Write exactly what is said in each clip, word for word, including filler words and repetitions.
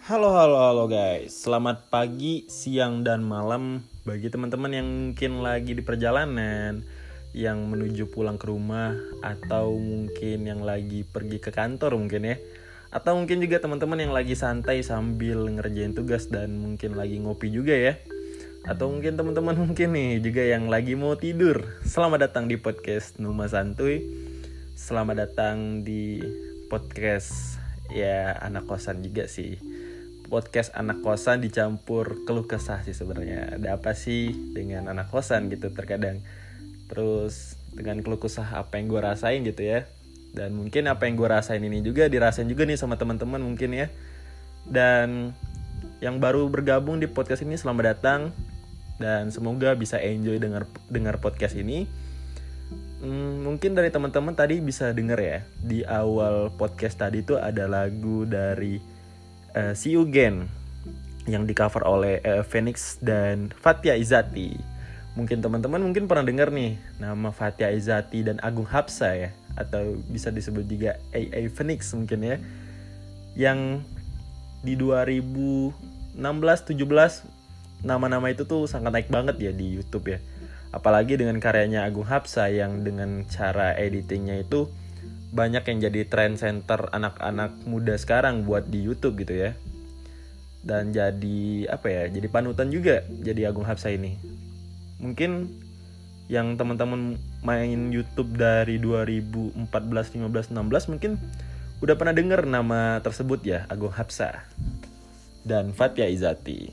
Halo, halo, halo guys. Selamat pagi, siang, dan malam bagi teman-teman yang mungkin lagi di perjalanan, yang menuju pulang ke rumah, atau mungkin yang lagi pergi ke kantor mungkin ya. Atau mungkin juga teman-teman yang lagi santai sambil ngerjain tugas dan mungkin lagi ngopi juga ya. Atau mungkin teman-teman mungkin nih juga yang lagi mau tidur. Selamat datang di podcast Numa Santuy. Selamat datang di podcast ya anak kosan juga sih. Podcast anak kosan dicampur keluh kesah sih sebenarnya. Ada apa sih dengan anak kosan gitu terkadang. Terus dengan keluh kesah apa yang gue rasain gitu ya. Dan mungkin apa yang gue rasain ini juga dirasain juga nih sama teman-teman mungkin ya. Dan yang baru bergabung di podcast ini selamat datang. Dan semoga bisa enjoy dengar dengar podcast ini. Hmm, mungkin dari teman-teman tadi bisa denger ya. Di awal podcast tadi tuh ada lagu dari Uh, See You Again yang di cover oleh uh, Phoenix dan Fathia Izzati. Mungkin teman-teman mungkin pernah dengar nih nama Fathia Izzati dan Agung Hapsa ya, atau bisa disebut juga A A Phoenix mungkin ya, yang di dua ribu enam belas tujuh belas nama-nama itu tuh sangat naik banget ya di YouTube ya. Apalagi dengan karyanya Agung Hapsa yang dengan cara editingnya itu banyak yang jadi trend center anak-anak muda sekarang buat di YouTube gitu ya. Dan jadi apa ya? Jadi panutan juga jadi Agung Hapsa ini. Mungkin yang teman-teman main YouTube dari dua ribu empat belas, lima belas, enam belas mungkin udah pernah denger nama tersebut ya, Agung Hapsa dan Fathia Izzati.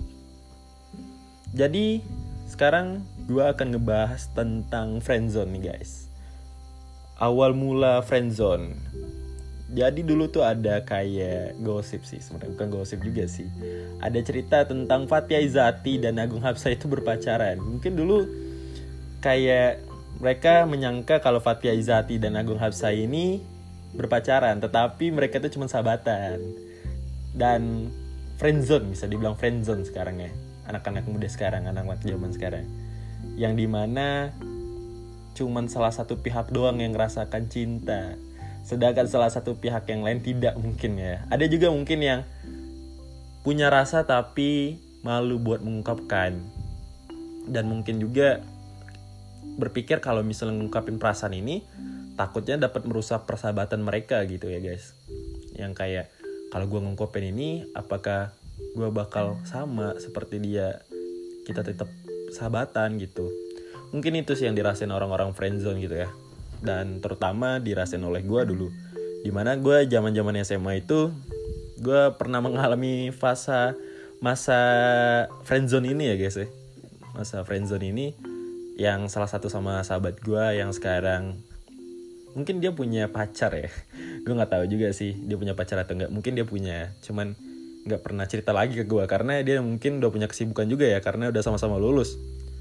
Jadi sekarang gue akan ngebahas tentang friendzone nih guys. Awal mula friendzone. Jadi dulu tuh ada kayak gosip sih, sebenarnya bukan gosip juga sih. Ada cerita tentang Fathia Izzati dan Agung Hapsa itu berpacaran. Mungkin dulu kayak mereka menyangka kalau Fathia Izzati dan Agung Hapsa ini berpacaran, tetapi mereka tuh cuma sahabatan. Dan friendzone, bisa dibilang friendzone sekarang ya. Anak-anak muda sekarang, anak-anak zaman sekarang. Yang dimana cuman salah satu pihak doang yang ngerasakan cinta, sedangkan salah satu pihak yang lain tidak mungkin ya. Ada juga mungkin yang punya rasa tapi malu buat mengungkapkan, dan mungkin juga berpikir kalau misalnya mengungkapin perasaan ini takutnya dapat merusak persahabatan mereka gitu ya guys. Yang kayak kalau gue ngungkapin ini apakah gue bakal sama seperti dia, kita tetap sahabatan gitu. Mungkin itu sih yang dirasain orang-orang friendzone gitu ya. Dan terutama dirasain oleh gue dulu. Dimana gue zaman-zaman S M A itu gue pernah mengalami fase masa friendzone ini ya guys ya. Masa friendzone ini yang salah satu sama sahabat gue yang sekarang mungkin dia punya pacar ya. Gue gak tahu juga sih dia punya pacar atau enggak. Mungkin dia punya, cuman gak pernah cerita lagi ke gue karena dia mungkin udah punya kesibukan juga ya, karena udah sama-sama lulus.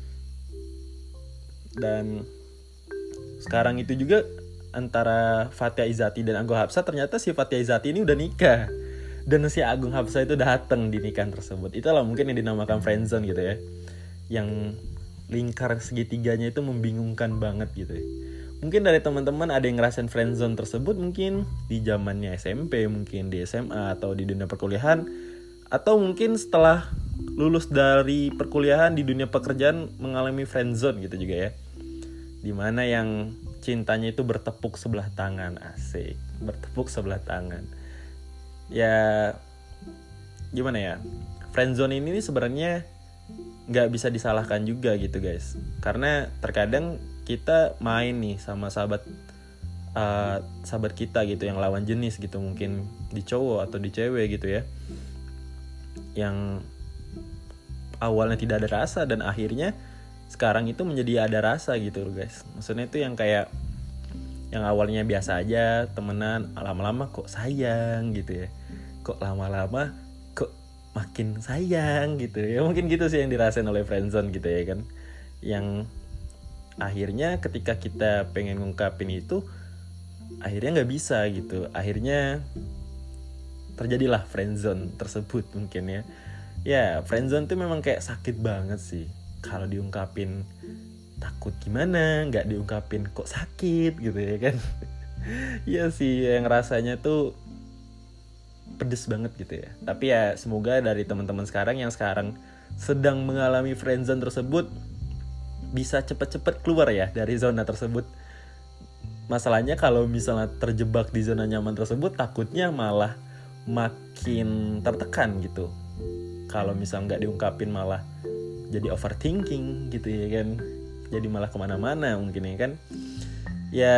Dan sekarang itu juga antara Fathia Izzati dan Agung Hapsa, ternyata si Fathia Izzati ini udah nikah dan si Agung Hapsa itu datang di nikahan tersebut. Itulah mungkin yang dinamakan friendzone gitu ya, yang lingkar segitiganya itu membingungkan banget gitu ya. Mungkin dari teman-teman ada yang ngerasain friendzone tersebut mungkin di zamannya S M P, mungkin di S M A atau di dunia perkuliahan, atau mungkin setelah lulus dari perkuliahan di dunia pekerjaan mengalami friendzone gitu juga ya. Dimana yang cintanya itu bertepuk sebelah tangan, asik, bertepuk sebelah tangan. Ya gimana ya, friendzone ini sebenarnya gak bisa disalahkan juga gitu guys. Karena terkadang kita main nih sama sahabat uh, sahabat kita gitu yang lawan jenis gitu, mungkin di cowok atau di cewek gitu ya, yang awalnya tidak ada rasa dan akhirnya sekarang itu menjadi ada rasa gitu loh guys. Maksudnya itu yang kayak yang awalnya biasa aja temenan, lama-lama kok sayang gitu ya, kok lama-lama kok makin sayang gitu ya. Mungkin gitu sih yang dirasain oleh friendzone gitu ya kan, yang akhirnya ketika kita pengen ngungkapin itu akhirnya nggak bisa gitu. Akhirnya terjadilah friendzone tersebut mungkin ya. Ya friendzone tuh memang kayak sakit banget sih. Kalau diungkapin takut gimana, nggak diungkapin kok sakit gitu ya kan. Iya sih, yang rasanya tuh pedes banget gitu ya. Tapi ya semoga dari teman-teman sekarang yang sekarang sedang mengalami friendzone tersebut bisa cepet-cepet keluar ya dari zona tersebut. Masalahnya kalau misalnya terjebak di zona nyaman tersebut, takutnya malah makin tertekan gitu. Kalau misalnya nggak diungkapin malah jadi overthinking gitu ya kan. Jadi malah kemana-mana mungkin ya kan. Ya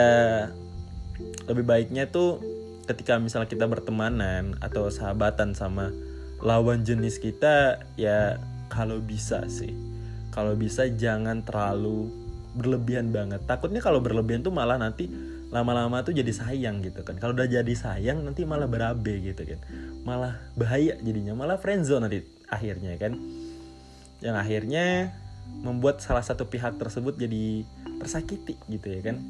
lebih baiknya tuh ketika misalnya kita bertemanan atau sahabatan sama lawan jenis kita, ya kalau bisa sih, kalau bisa jangan terlalu berlebihan banget. Takutnya kalau berlebihan tuh malah nanti lama-lama tuh jadi sayang gitu kan. Kalau udah jadi sayang nanti malah berabe gitu kan. Malah bahaya jadinya, malah friendzone nanti akhirnya kan. Yang akhirnya membuat salah satu pihak tersebut jadi tersakiti gitu ya kan.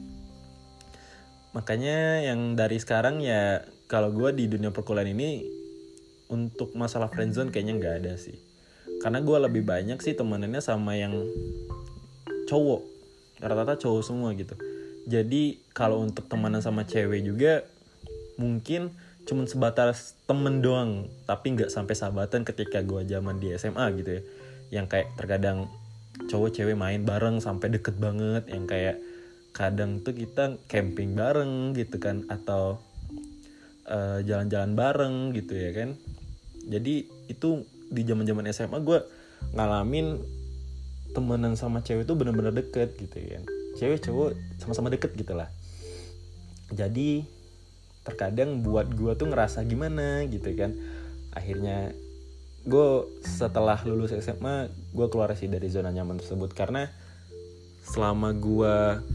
Makanya yang dari sekarang ya, kalau gue di dunia perkuliahan ini untuk masalah friendzone kayaknya nggak ada sih. Karena gue lebih banyak sih temenannya sama yang cowok, rata-rata cowok semua gitu. Jadi kalau untuk temenan sama cewek juga mungkin cuman sebatas temen doang, tapi nggak sampai sahabatan ketika gue zaman di S M A gitu ya. Yang kayak terkadang cowok cewek main bareng sampai deket banget, yang kayak kadang tuh kita camping bareng gitu kan, atau uh, jalan-jalan bareng gitu ya kan. Jadi itu di zaman-zaman S M A gue ngalamin temenan sama cewek tuh benar-benar deket gitu kan. Cewek cowok sama-sama deket gitu lah. Jadi terkadang buat gue tuh ngerasa gimana gitu kan. Akhirnya gue setelah lulus S M A gue keluar sih dari zona nyaman tersebut. Karena selama gue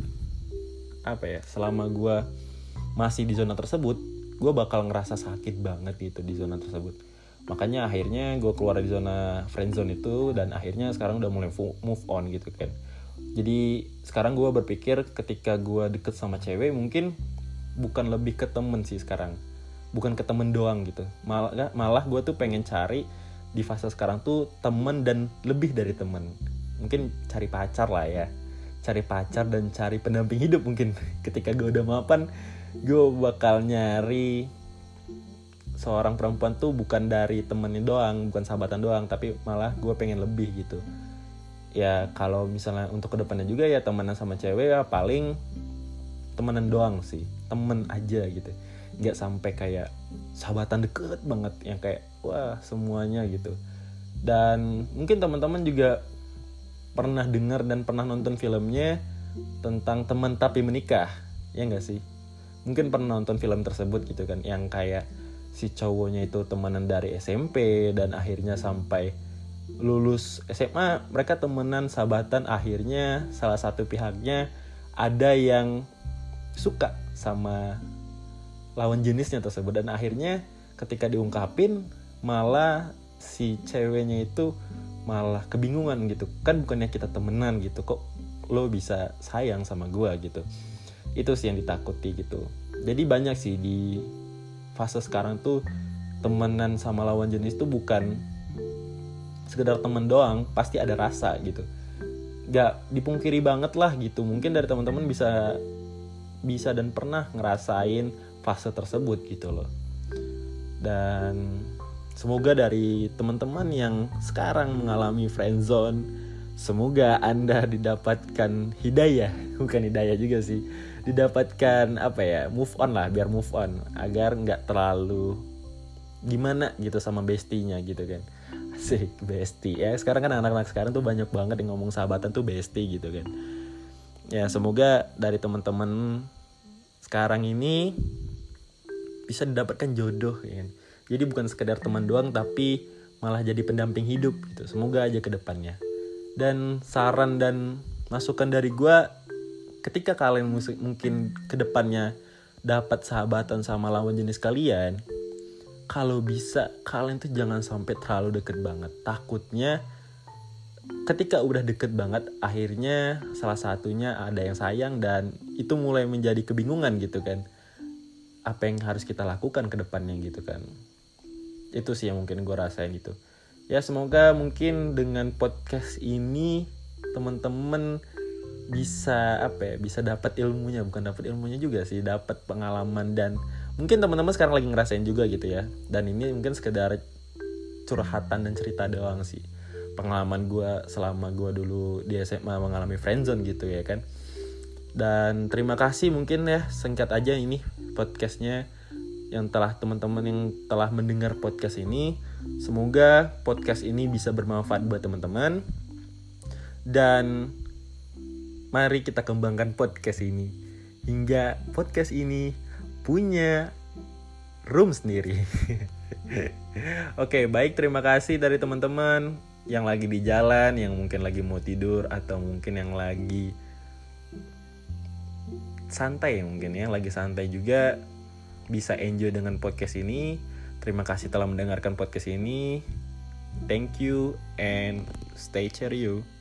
apa ya, selama gue masih di zona tersebut, gue bakal ngerasa sakit banget gitu di zona tersebut. Makanya akhirnya gue keluar dari zona friendzone itu, dan akhirnya sekarang udah mulai move on gitu kan. Jadi sekarang gue berpikir ketika gue deket sama cewek mungkin bukan lebih ke temen sih sekarang, bukan ke temen doang gitu. Malah malah gue tuh pengen cari di fase sekarang tuh temen dan lebih dari temen. Mungkin cari pacar lah ya, cari pacar dan cari pendamping hidup mungkin. Ketika gue udah mapan, gue bakal nyari seorang perempuan tuh bukan dari temennya doang, bukan sahabatan doang, tapi malah gue pengen lebih gitu. Ya kalau misalnya untuk kedepannya juga ya temenan sama cewek ya paling temenan doang sih, temen aja gitu. Nggak sampai kayak sahabatan deket banget yang kayak wah semuanya gitu. Dan mungkin teman-teman juga pernah dengar dan pernah nonton filmnya tentang Teman Tapi Menikah, ya nggak sih? Mungkin pernah nonton film tersebut gitu kan, yang kayak si cowoknya itu temenan dari S M P dan akhirnya sampai lulus S M A mereka temenan sahabatan, akhirnya salah satu pihaknya ada yang suka sama lawan jenisnya tersebut, dan akhirnya ketika diungkapin malah si ceweknya itu malah kebingungan gitu kan, bukannya kita temenan gitu, kok lo bisa sayang sama gue gitu. Itu sih yang ditakuti gitu. Jadi banyak sih di fase sekarang tuh temenan sama lawan jenis tuh bukan sekedar temen doang, pasti ada rasa gitu. Gak dipungkiri banget lah gitu. Mungkin dari teman-teman bisa bisa dan pernah ngerasain fase tersebut gitu loh. Dan semoga dari teman-teman yang sekarang mengalami friendzone, semoga Anda didapatkan hidayah, bukan hidayah juga sih, didapatkan apa ya, move on lah, biar move on, agar nggak terlalu gimana gitu sama bestinya gitu kan. Asik, bestie ya. Sekarang kan anak-anak sekarang tuh banyak banget yang ngomong sahabatan tuh bestie gitu kan. Ya semoga dari teman-teman sekarang ini bisa didapatkan jodoh ya kan. Jadi bukan sekedar teman doang, tapi malah jadi pendamping hidup gitu. Semoga aja ke depannya. Dan saran dan masukan dari gue, ketika kalian musik, mungkin ke depannya dapat sahabatan sama lawan jenis kalian, kalau bisa kalian tuh jangan sampai terlalu deket banget. Takutnya ketika udah deket banget, akhirnya salah satunya ada yang sayang dan itu mulai menjadi kebingungan gitu kan. Apa yang harus kita lakukan ke depannya gitu kan. Itu sih yang mungkin gue rasain gitu. Ya semoga mungkin dengan podcast ini teman-teman bisa apa ya, bisa dapat ilmunya, bukan dapat ilmunya juga sih, dapat pengalaman dan mungkin teman-teman sekarang lagi ngerasain juga gitu ya. Dan ini mungkin sekedar curhatan dan cerita doang sih, pengalaman gue selama gue dulu di S M A mengalami friendzone gitu ya kan. Dan terima kasih mungkin ya, singkat aja ini podcastnya, yang telah teman-teman yang telah mendengar podcast ini. Semoga podcast ini bisa bermanfaat buat teman-teman. Dan mari kita kembangkan podcast ini hingga podcast ini punya room sendiri. Oke, baik, terima kasih dari teman-teman yang lagi di jalan, yang mungkin lagi mau tidur, atau mungkin yang lagi santai, mungkin ya lagi santai juga bisa enjoy dengan podcast ini. Terima kasih telah mendengarkan podcast ini. Thank you and stay cheerio.